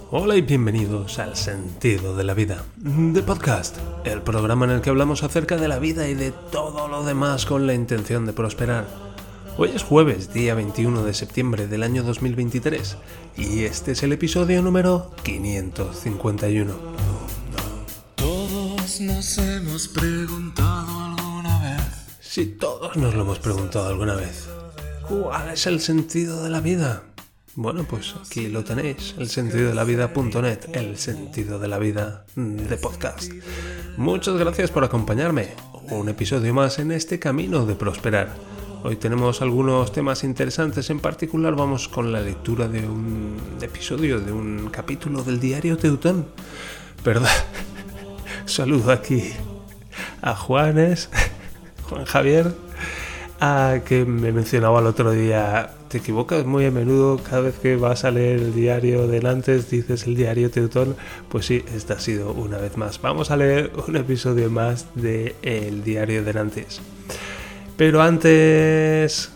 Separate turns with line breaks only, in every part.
Hola y bienvenidos al Sentido de la Vida, The Podcast, el programa en el que hablamos acerca de la vida y de todo lo demás con la intención de prosperar. Hoy es jueves, día 21 de septiembre del año 2023, y este es el episodio número 551.
Todos nos hemos preguntado alguna vez.
Si todos nos lo hemos preguntado alguna vez, ¿cuál es el sentido de la vida? Bueno, pues aquí lo tenéis, elsentidodelavida.net, el sentido de la vida de podcast. Muchas gracias por acompañarme, un episodio más en este camino de prosperar. Hoy tenemos algunos temas interesantes, en particular vamos con la lectura de un episodio, de un capítulo del diario Teutón. Perdón, saludo aquí a Juan Javier, que me mencionaba el otro día. Te equivocas muy a menudo, cada vez que vas a leer el diario de Nantes dices el diario Teutón. Pues sí, esta ha sido una vez más. Vamos a leer un episodio más de el diario de Nantes. Pero antes,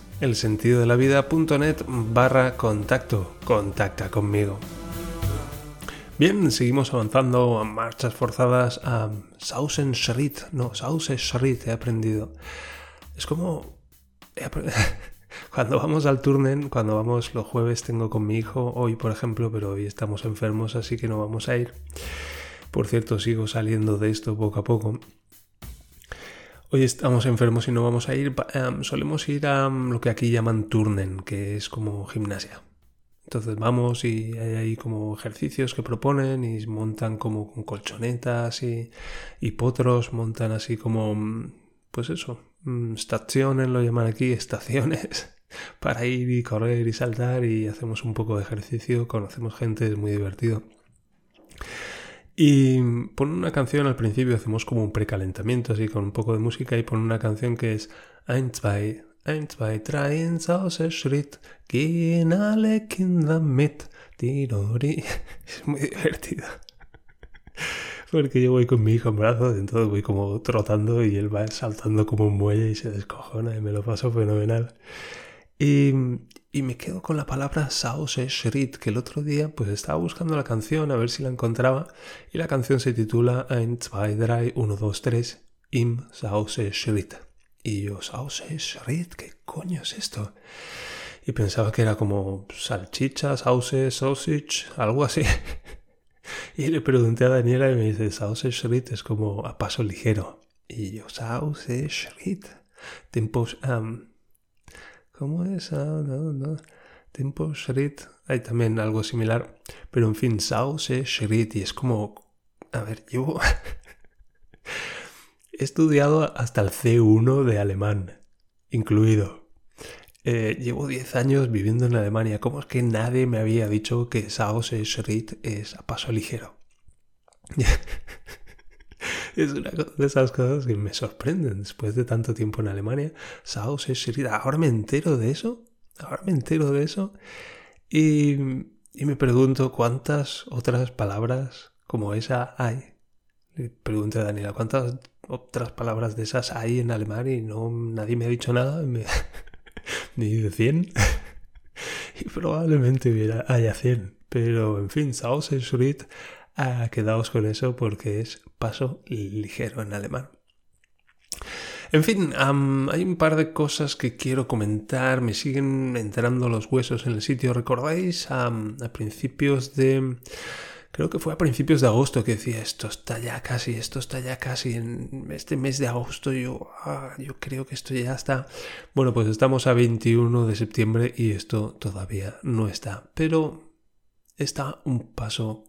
elsentidodelavida.net/contacto. Contacta conmigo. Bien, seguimos avanzando a marchas forzadas a Sausen Schritt. No, Sausen Schritt he aprendido. Es como... Cuando vamos al Turnen, cuando vamos los jueves, tengo con mi hijo, hoy por ejemplo, pero hoy estamos enfermos, así que no vamos a ir. Por cierto, sigo saliendo de esto poco a poco. Hoy estamos enfermos y no vamos a ir. Solemos ir a lo que aquí llaman Turnen, que es como gimnasia. Entonces vamos y hay ahí como ejercicios que proponen y montan como con colchonetas y potros, montan así como, pues eso, estaciones, lo llaman aquí, estaciones, para ir y correr y saltar, y hacemos un poco de ejercicio, conocemos gente, es muy divertido. Y ponen una canción al principio, hacemos como un precalentamiento así con un poco de música, y ponen una canción que es 1, 2, 1, 2, 3, Sausen Schritt, gehen alle Kinder mit, tirori. Es muy divertido. Porque yo voy con mi hijo en brazos, entonces voy como trotando y él va saltando como un muelle y se descojona y me lo paso fenomenal. Y me quedo con la palabra Sausen Schritt, que el otro día pues estaba buscando la canción a ver si la encontraba, y la canción se titula 1, 2, 3, 1, 2, 3 im Sausen Schritt. Y yo, Sausen Schritt, ¿qué coño es esto? Y pensaba que era como salchicha, sauce, sausage, algo así. Y le pregunté a Daniela y me dice, Sausen Schritt es como a paso ligero. Y yo, Sausen Schritt. Tiempos, ¿cómo es? No. Tempo Schritt. Hay también algo similar. Pero en fin, Sausen Schritt. Y es como, a ver, yo he estudiado hasta el C1 de alemán, incluido. Llevo 10 años viviendo en Alemania. ¿Cómo es que nadie me había dicho que Sausen Schritt es a paso ligero? Es una de esas cosas que me sorprenden después de tanto tiempo en Alemania. Sausen Schritt. Ahora me entero de eso. Y me pregunto cuántas otras palabras como esa hay. Le pregunté a Daniela cuántas otras palabras de esas hay en alemán, y nadie me ha dicho nada. Ni de 100. Y probablemente haya 100. Pero en fin, Sausen Schritt, quedaos con eso porque es paso ligero en alemán. En fin, hay un par de cosas que quiero comentar. Me siguen entrando los huesos en el sitio. ¿Recordáis a principios de... Creo que fue a principios de agosto que decía, esto está ya casi, en este mes de agosto yo creo que esto ya está. Bueno, pues estamos a 21 de septiembre y esto todavía no está, pero está un paso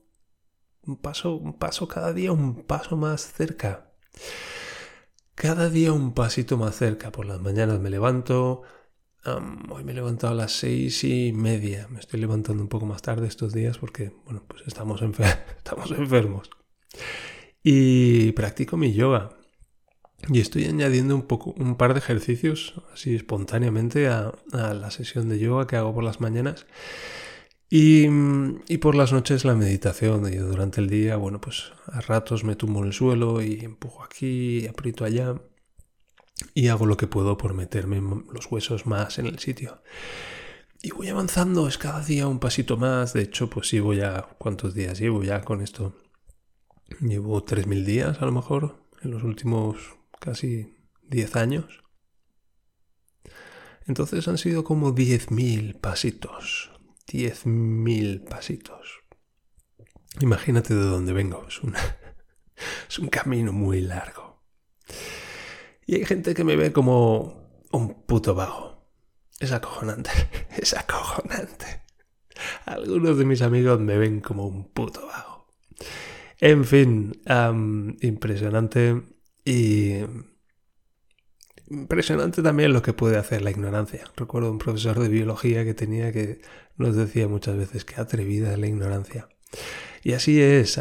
cada día, un paso más cerca. Cada día un pasito más cerca. Por las mañanas me levanto. Hoy me he levantado a las 6:30. Me estoy levantando un poco más tarde estos días porque, bueno, pues estamos enfermos. Y practico mi yoga. Y estoy añadiendo un par de ejercicios así espontáneamente a la sesión de yoga que hago por las mañanas. Y por las noches la meditación. Y durante el día, bueno, pues a ratos me tumbo en el suelo y empujo aquí, aprieto allá. Y hago lo que puedo por meterme los huesos más en el sitio. Y voy avanzando, es cada día un pasito más. De hecho, pues sí, ¿cuántos días llevo ya con esto? Llevo 3.000 días a lo mejor en los últimos casi 10 años. Entonces han sido como 10.000 pasitos. 10.000 pasitos. Imagínate de dónde vengo. Es un camino muy largo. Y hay gente que me ve como un puto vago. Es acojonante. Es acojonante. Algunos de mis amigos me ven como un puto vago. En fin, impresionante. Y impresionante también lo que puede hacer la ignorancia. Recuerdo un profesor de biología que tenía que nos decía muchas veces que atrevida es la ignorancia. Y así es,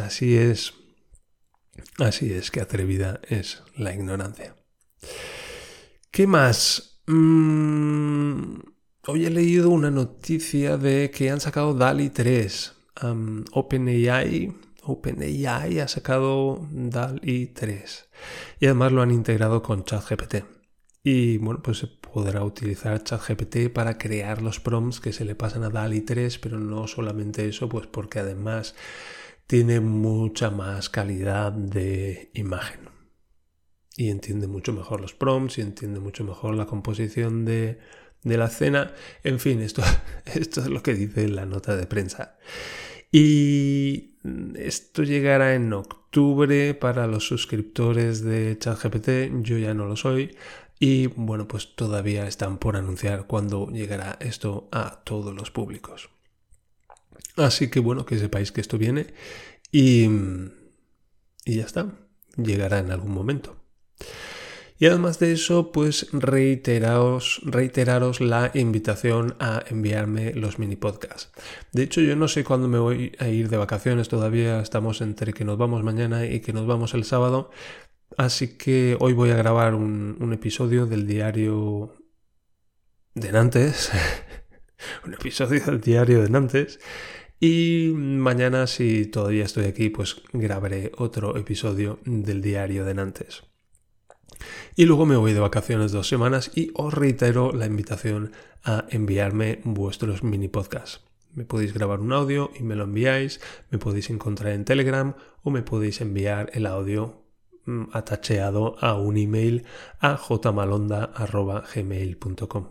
que atrevida es la ignorancia. ¿Qué más? Hoy he leído una noticia de que han sacado DALL-E 3. OpenAI ha sacado DALL-E 3. Y además lo han integrado con ChatGPT. Y bueno, pues se podrá utilizar ChatGPT para crear los prompts que se le pasan a DALL-E 3, pero no solamente eso, pues porque además tiene mucha más calidad de imagen. Y entiende mucho mejor los prompts y entiende mucho mejor la composición de la escena. En fin, esto es lo que dice la nota de prensa. Y esto llegará en octubre para los suscriptores de ChatGPT. Yo ya no lo soy. Y bueno, pues todavía están por anunciar cuándo llegará esto a todos los públicos. Así que bueno, que sepáis que esto viene y ya está. Llegará en algún momento. Y además de eso, pues reiteraros la invitación a enviarme los mini podcasts. De hecho, yo no sé cuándo me voy a ir de vacaciones, todavía estamos entre que nos vamos mañana y que nos vamos el sábado. Así que hoy voy a grabar un episodio del diario de Nantes. Un episodio del diario de Nantes. Y mañana, si todavía estoy aquí, pues grabaré otro episodio del diario de Nantes. Y luego me voy de vacaciones 2 semanas y os reitero la invitación a enviarme vuestros mini podcasts. Me podéis grabar un audio y me lo enviáis, me podéis encontrar en Telegram o me podéis enviar el audio atacheado a un email a jmalonda@gmail.com.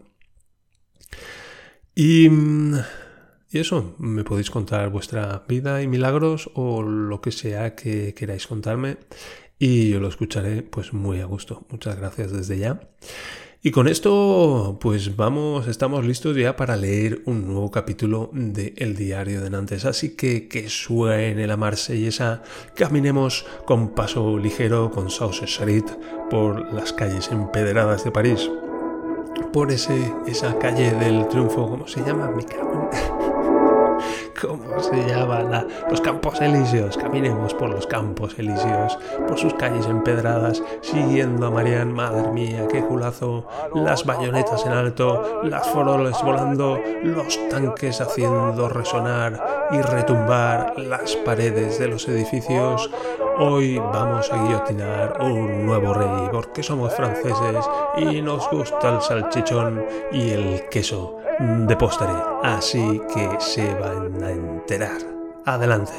Y eso, me podéis contar vuestra vida y milagros o lo que sea que queráis contarme y yo lo escucharé pues muy a gusto. Muchas gracias desde ya. Y con esto, pues estamos listos ya para leer un nuevo capítulo de El Diario de Nantes. Así que suene la marsellesa, caminemos con paso ligero, con sauce charit, por las calles empedradas de París. Por esa calle del triunfo, ¿cómo se llama? Me cago en... ¿Cómo se llama? Los Campos Elíseos. Caminemos por los Campos Elíseos, por sus calles empedradas, siguiendo a Marianne. Madre mía, qué culazo. Las bayonetas en alto, las farolas volando, los tanques haciendo resonar y retumbar las paredes de los edificios. Hoy vamos a guillotinar un nuevo rey, porque somos franceses y nos gusta el salchichón y el queso de postre, así que se van a enterar. Adelante.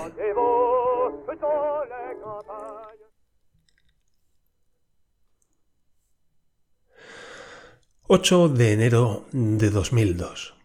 8 de enero de 2002.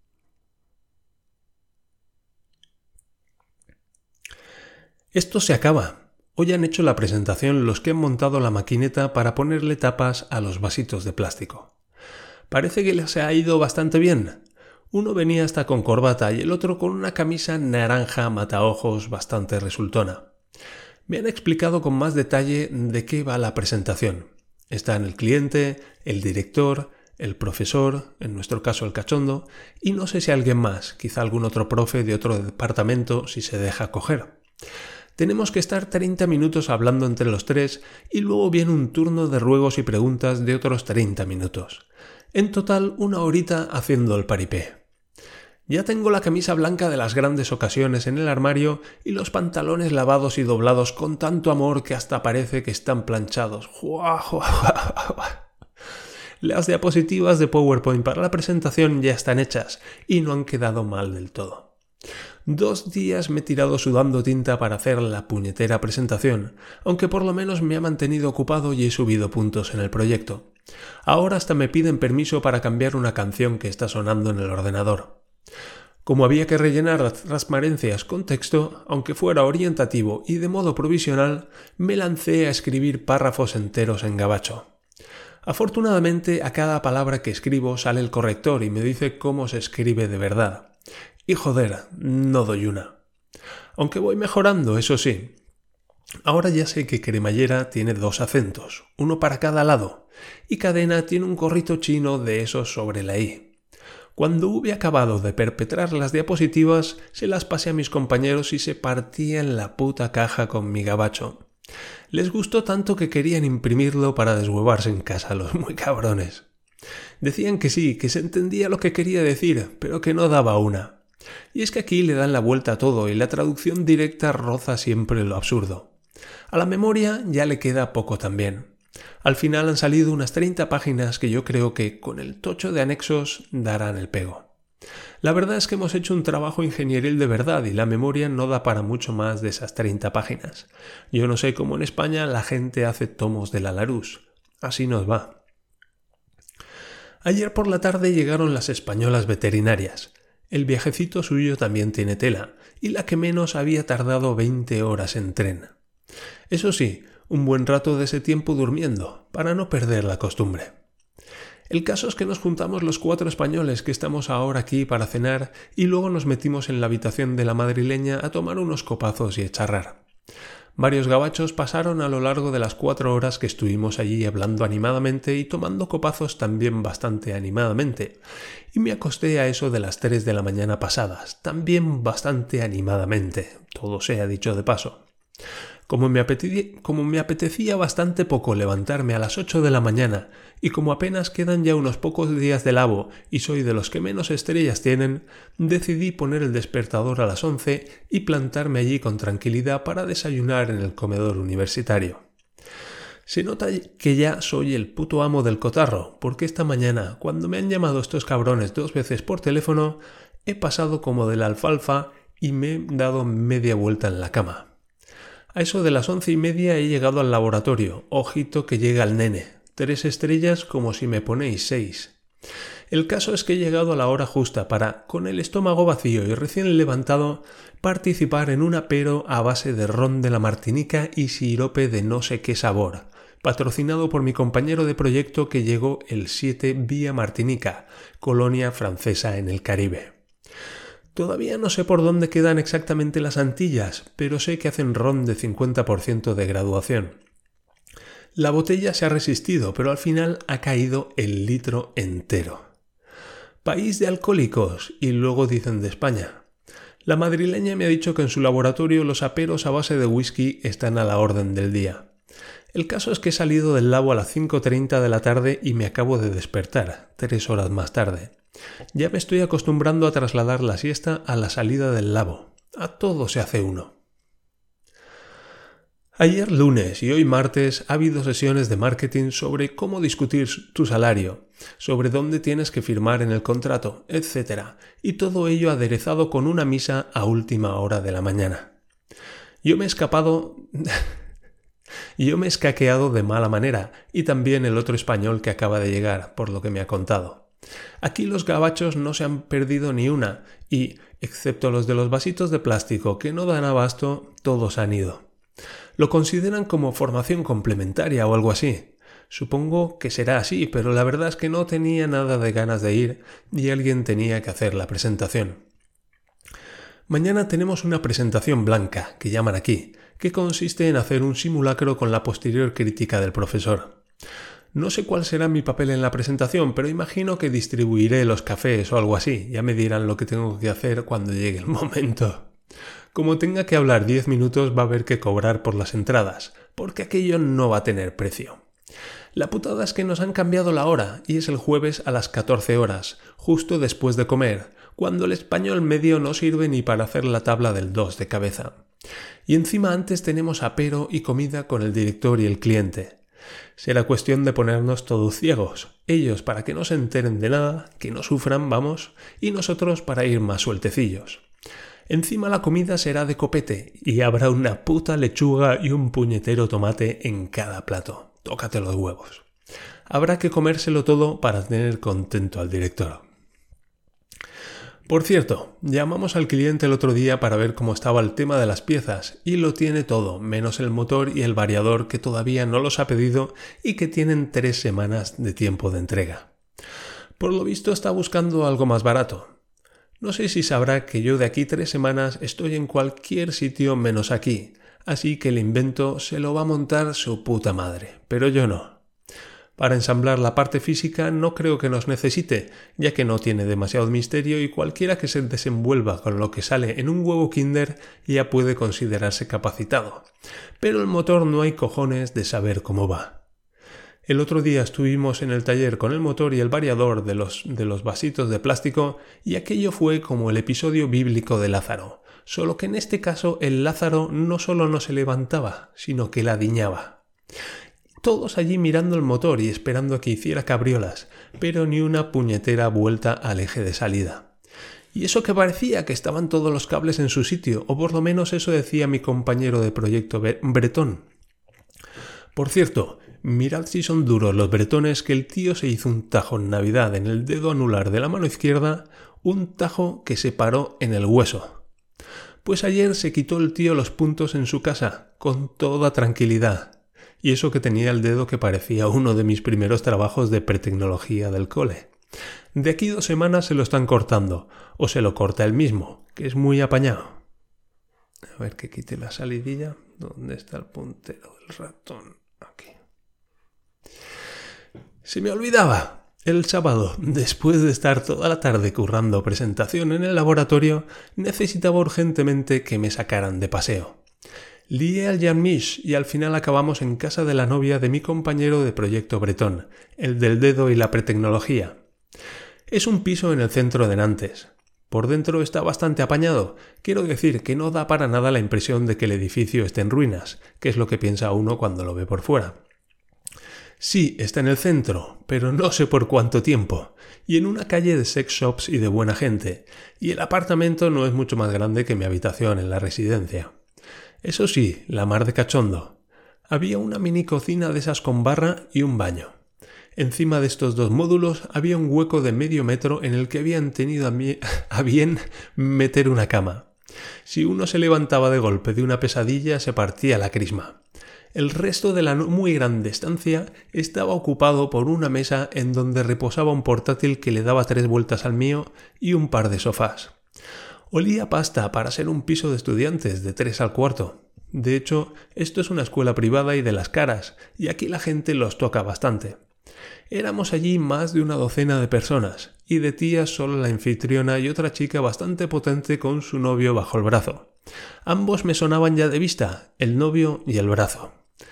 Esto se acaba. Hoy han hecho la presentación los que han montado la maquineta para ponerle tapas a los vasitos de plástico. Parece que les ha ido bastante bien. Uno venía hasta con corbata y el otro con una camisa naranja mataojos bastante resultona. Me han explicado con más detalle de qué va la presentación. Están el cliente, el director, el profesor, en nuestro caso el cachondo, y no sé si alguien más, quizá algún otro profe de otro departamento si se deja coger. Tenemos que estar 30 minutos hablando entre los tres y luego viene un turno de ruegos y preguntas de otros 30 minutos. En total, 1 horita haciendo el paripé. Ya tengo la camisa blanca de las grandes ocasiones en el armario y los pantalones lavados y doblados con tanto amor que hasta parece que están planchados. Las diapositivas de PowerPoint para la presentación ya están hechas y no han quedado mal del todo. 2 días me he tirado sudando tinta para hacer la puñetera presentación, aunque por lo menos me ha mantenido ocupado y he subido puntos en el proyecto. Ahora hasta me piden permiso para cambiar una canción que está sonando en el ordenador. Como había que rellenar las transparencias con texto, aunque fuera orientativo y de modo provisional, me lancé a escribir párrafos enteros en gabacho. Afortunadamente, a cada palabra que escribo sale el corrector y me dice cómo se escribe de verdad. Y joder, no doy una. Aunque voy mejorando, eso sí. Ahora ya sé que cremallera tiene 2 acentos, uno para cada lado, y cadena tiene un gorrito chino de esos sobre la i. Cuando hube acabado de perpetrar las diapositivas, se las pasé a mis compañeros y se partían la puta caja con mi gabacho. Les gustó tanto que querían imprimirlo para deshuevarse en casa, los muy cabrones. Decían que sí, que se entendía lo que quería decir, pero que no daba una. Y es que aquí le dan la vuelta a todo y la traducción directa roza siempre lo absurdo. A la memoria ya le queda poco también. Al final han salido unas 30 páginas que yo creo que, con el tocho de anexos, darán el pego. La verdad es que hemos hecho un trabajo ingenieril de verdad y la memoria no da para mucho más de esas 30 páginas. Yo no sé cómo en España la gente hace tomos de la Larousse. Así nos va. Ayer por la tarde llegaron las españolas veterinarias. El viajecito suyo también tiene tela, y la que menos había tardado 20 horas en tren. Eso sí, un buen rato de ese tiempo durmiendo, para no perder la costumbre. El caso es que nos juntamos los 4 españoles que estamos ahora aquí para cenar y luego nos metimos en la habitación de la madrileña a tomar unos copazos y a charrar. Varios gabachos pasaron a lo largo de las 4 horas que estuvimos allí hablando animadamente y tomando copazos también bastante animadamente, y me acosté a eso de las 3 de la mañana pasadas, también bastante animadamente, todo sea dicho de paso. Como me apetecía bastante poco levantarme a las 8 de la mañana y como apenas quedan ya unos pocos días de labo y soy de los que menos estrellas tienen, decidí poner el despertador a las 11 y plantarme allí con tranquilidad para desayunar en el comedor universitario. Se nota que ya soy el puto amo del cotarro, porque esta mañana, cuando me han llamado estos cabrones 2 veces por teléfono, he pasado como de la alfalfa y me he dado media vuelta en la cama. A eso de las 11:30 he llegado al laboratorio. Ojito que llega el nene. 3 estrellas como si me ponéis 6. El caso es que he llegado a la hora justa para, con el estómago vacío y recién levantado, participar en un apero a base de ron de la Martinica y sirope de no sé qué sabor, patrocinado por mi compañero de proyecto que llegó el 7 vía Martinica, colonia francesa en el Caribe. Todavía no sé por dónde quedan exactamente las Antillas, pero sé que hacen ron de 50% de graduación. La botella se ha resistido, pero al final ha caído el litro entero. País de alcohólicos, y luego dicen de España. La madrileña me ha dicho que en su laboratorio los aperos a base de whisky están a la orden del día. El caso es que he salido del labo a las 5:30 de la tarde y me acabo de despertar, 3 horas más tarde. Ya me estoy acostumbrando a trasladar la siesta a la salida del labo. A todo se hace uno. Ayer lunes y hoy martes ha habido sesiones de marketing sobre cómo discutir tu salario, sobre dónde tienes que firmar en el contrato, etc. Y todo ello aderezado con una misa a última hora de la mañana. Yo me he escaqueado de mala manera y también el otro español que acaba de llegar, por lo que me ha contado. Aquí los gabachos no se han perdido ni una y, excepto los de los vasitos de plástico que no dan abasto, todos han ido. Lo consideran como formación complementaria o algo así. Supongo que será así, pero la verdad es que no tenía nada de ganas de ir y alguien tenía que hacer la presentación. Mañana tenemos una presentación blanca, que llaman aquí, que consiste en hacer un simulacro con la posterior crítica del profesor. No sé cuál será mi papel en la presentación, pero imagino que distribuiré los cafés o algo así. Ya me dirán lo que tengo que hacer cuando llegue el momento. Como tenga que hablar 10 minutos va a haber que cobrar por las entradas, porque aquello no va a tener precio. La putada es que nos han cambiado la hora y es el jueves a las 14 horas, justo después de comer, cuando el español medio no sirve ni para hacer la tabla del 2 de cabeza. Y encima antes tenemos apero y comida con el director y el cliente. Será cuestión de ponernos todos ciegos, ellos para que no se enteren de nada, que no sufran, vamos, y nosotros para ir más sueltecillos. Encima la comida será de copete y habrá una puta lechuga y un puñetero tomate en cada plato. Tócate los huevos. Habrá que comérselo todo para tener contento al director. Por cierto, llamamos al cliente el otro día para ver cómo estaba el tema de las piezas y lo tiene todo, menos el motor y el variador que todavía no los ha pedido y que tienen 3 semanas de tiempo de entrega. Por lo visto está buscando algo más barato. No sé si sabrá que yo de aquí 3 semanas estoy en cualquier sitio menos aquí, así que el invento se lo va a montar su puta madre, pero yo no. Para ensamblar la parte física no creo que nos necesite, ya que no tiene demasiado misterio y cualquiera que se desenvuelva con lo que sale en un huevo Kinder ya puede considerarse capacitado. Pero el motor no hay cojones de saber cómo va. El otro día estuvimos en el taller con el motor y el variador de los vasitos de plástico y aquello fue como el episodio bíblico de Lázaro, solo que en este caso el Lázaro no solo no se levantaba, sino que la diñaba. Todos allí mirando el motor y esperando a que hiciera cabriolas, pero ni una puñetera vuelta al eje de salida. Y eso que parecía que estaban todos los cables en su sitio, o por lo menos eso decía mi compañero de proyecto Bretón. Por cierto, mirad si son duros los bretones que el tío se hizo un tajo en Navidad en el dedo anular de la mano izquierda, un tajo que se paró en el hueso. Pues ayer se quitó el tío los puntos en su casa, con toda tranquilidad. Y eso que tenía el dedo que parecía uno de mis primeros trabajos de pretecnología del cole. De aquí 2 semanas se lo están cortando, o se lo corta él mismo, que es muy apañado. A ver que quite la salidilla. ¿Dónde está el puntero del ratón? Aquí. Se me olvidaba. El sábado, después de estar toda la tarde currando presentación en el laboratorio, necesitaba urgentemente que me sacaran de paseo. Lié al Jean-Mich y al final acabamos en casa de la novia de mi compañero de proyecto Bretón, el del dedo y la pretecnología. Es un piso en el centro de Nantes. Por dentro está bastante apañado, quiero decir que no da para nada la impresión de que el edificio esté en ruinas, que es lo que piensa uno cuando lo ve por fuera. Sí, está en el centro, pero no sé por cuánto tiempo, y en una calle de sex shops y de buena gente, y el apartamento no es mucho más grande que mi habitación en la residencia. Eso sí, la mar de cachondo. Había una mini cocina de esas con barra y un baño. Encima de estos 2 módulos había un hueco de medio metro en el que habían tenido a bien meter una cama. Si uno se levantaba de golpe de una pesadilla se partía la crisma. El resto de la no muy grande estancia estaba ocupado por una mesa en donde reposaba un portátil que le daba 3 vueltas al mío y un par de sofás. Olía pasta para ser un piso de estudiantes de 3 al cuarto. De hecho, esto es una escuela privada y de las caras, y aquí la gente los toca bastante. Éramos allí más de una docena de personas, y de tías solo la anfitriona y otra chica bastante potente con su novio bajo el brazo. Ambos me sonaban ya de vista, el novio y el brazo.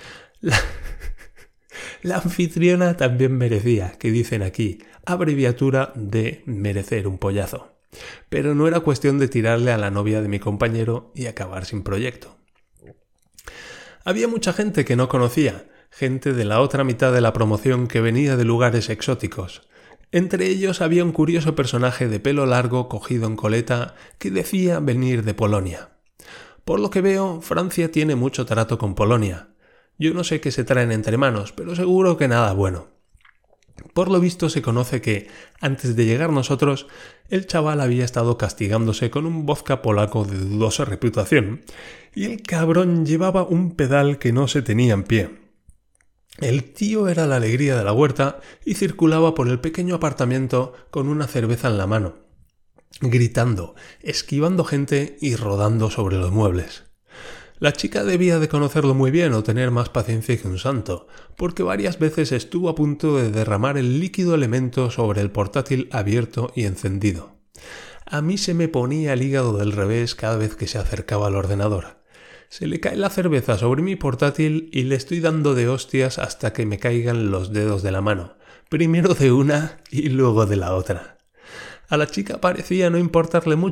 La anfitriona también merecía, que dicen aquí, abreviatura de merecer un pollazo. Pero no era cuestión de tirarle a la novia de mi compañero y acabar sin proyecto. Había mucha gente que no conocía, gente de la otra mitad de la promoción que venía de lugares exóticos. Entre ellos había un curioso personaje de pelo largo cogido en coleta que decía venir de Polonia. Por lo que veo, Francia tiene mucho trato con Polonia. Yo no sé qué se traen entre manos, pero seguro que nada bueno. Por lo visto se conoce que, antes de llegar nosotros, el chaval había estado castigándose con un vodka polaco de dudosa reputación, y el cabrón llevaba un pedal que no se tenía en pie. El tío era la alegría de la huerta y circulaba por el pequeño apartamento con una cerveza en la mano, gritando, esquivando gente y rodando sobre los muebles. La chica debía de conocerlo muy bien o tener más paciencia que un santo, porque varias veces estuvo a punto de derramar el líquido elemento sobre el portátil abierto y encendido. A mí se me ponía el hígado del revés cada vez que se acercaba al ordenador. Se le cae la cerveza sobre mi portátil y le estoy dando de hostias hasta que me caigan los dedos de la mano, primero de una y luego de la otra. A la chica parecía no importarle mucho,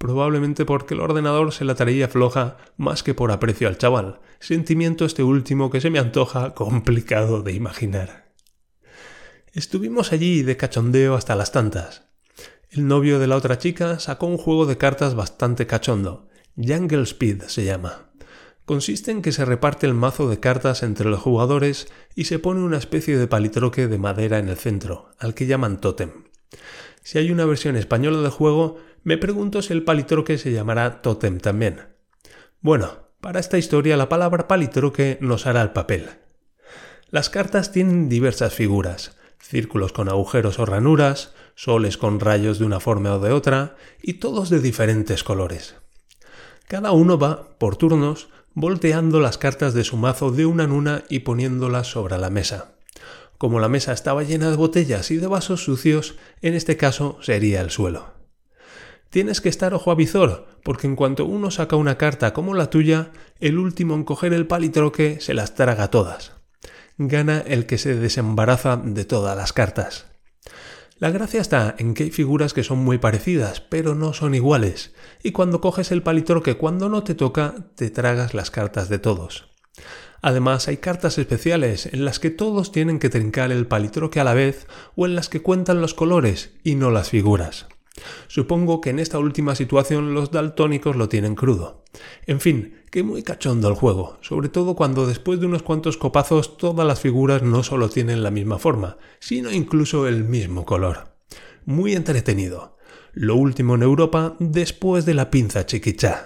probablemente porque el ordenador se la traía floja más que por aprecio al chaval, sentimiento este último que se me antoja complicado de imaginar. Estuvimos allí de cachondeo hasta las tantas. El novio de la otra chica sacó un juego de cartas bastante cachondo, Jungle Speed se llama. Consiste en que se reparte el mazo de cartas entre los jugadores y se pone una especie de palitroque de madera en el centro, al que llaman tótem. Si hay una versión española del juego, me pregunto si el palitroque se llamará tótem también. Bueno, para esta historia la palabra palitroque nos hará el papel. Las cartas tienen diversas figuras, círculos con agujeros o ranuras, soles con rayos de una forma o de otra, y todos de diferentes colores. Cada uno va, por turnos, volteando las cartas de su mazo de una en una y poniéndolas sobre la mesa. Como la mesa estaba llena de botellas y de vasos sucios, en este caso sería el suelo. Tienes que estar ojo a visor, porque en cuanto uno saca una carta como la tuya, el último en coger el palitroque se las traga todas. Gana el que se desembaraza de todas las cartas. La gracia está en que hay figuras que son muy parecidas, pero no son iguales, y cuando coges el palitroque cuando no te toca, te tragas las cartas de todos. Además, hay cartas especiales en las que todos tienen que trincar el palitroque a la vez o en las que cuentan los colores y no las figuras. Supongo que en esta última situación los daltónicos lo tienen crudo. En fin, que muy cachondo el juego, sobre todo cuando después de unos cuantos copazos todas las figuras no solo tienen la misma forma, sino incluso el mismo color. Muy entretenido. Lo último en Europa después de la pinza chiquichá.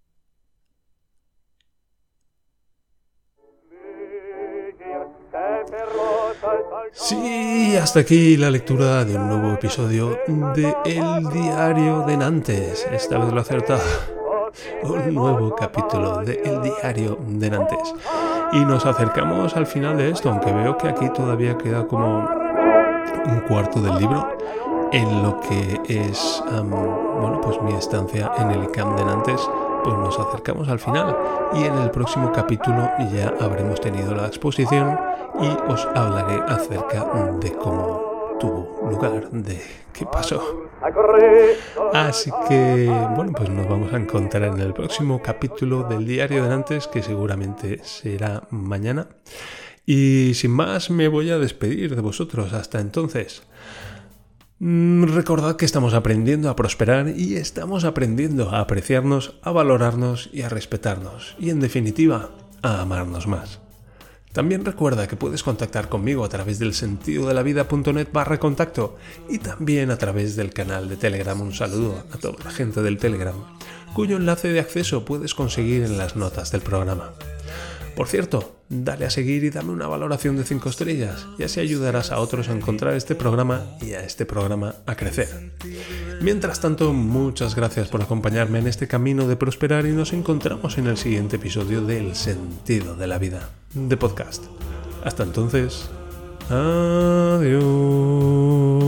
Sí, hasta aquí la lectura de un nuevo episodio de El Diario de Nantes. Esta vez lo he acertado. Un nuevo capítulo de El Diario de Nantes. Y nos acercamos al final de esto, aunque veo que aquí todavía queda como un cuarto del libro en lo que es pues mi estancia en el ICAM de Nantes. Pues nos acercamos al final y en el próximo capítulo ya habremos tenido la exposición y os hablaré acerca de cómo tuvo lugar, de qué pasó. Así que, pues nos vamos a encontrar en el próximo capítulo del Diario de Nantes, que seguramente será mañana. Y sin más, me voy a despedir de vosotros. Hasta entonces. Recordad que estamos aprendiendo a prosperar y estamos aprendiendo a apreciarnos, a valorarnos y a respetarnos. Y en definitiva, a amarnos más. También recuerda que puedes contactar conmigo a través del sentidodelavida.net/contacto y también a través del canal de Telegram. Un saludo a toda la gente del Telegram, cuyo enlace de acceso puedes conseguir en las notas del programa. Por cierto, dale a seguir y dame una valoración de 5 estrellas, y así ayudarás a otros a encontrar este programa y a este programa a crecer. Mientras tanto, muchas gracias por acompañarme en este camino de prosperar y nos encontramos en el siguiente episodio de El Sentido de la Vida, de podcast. Hasta entonces, adiós.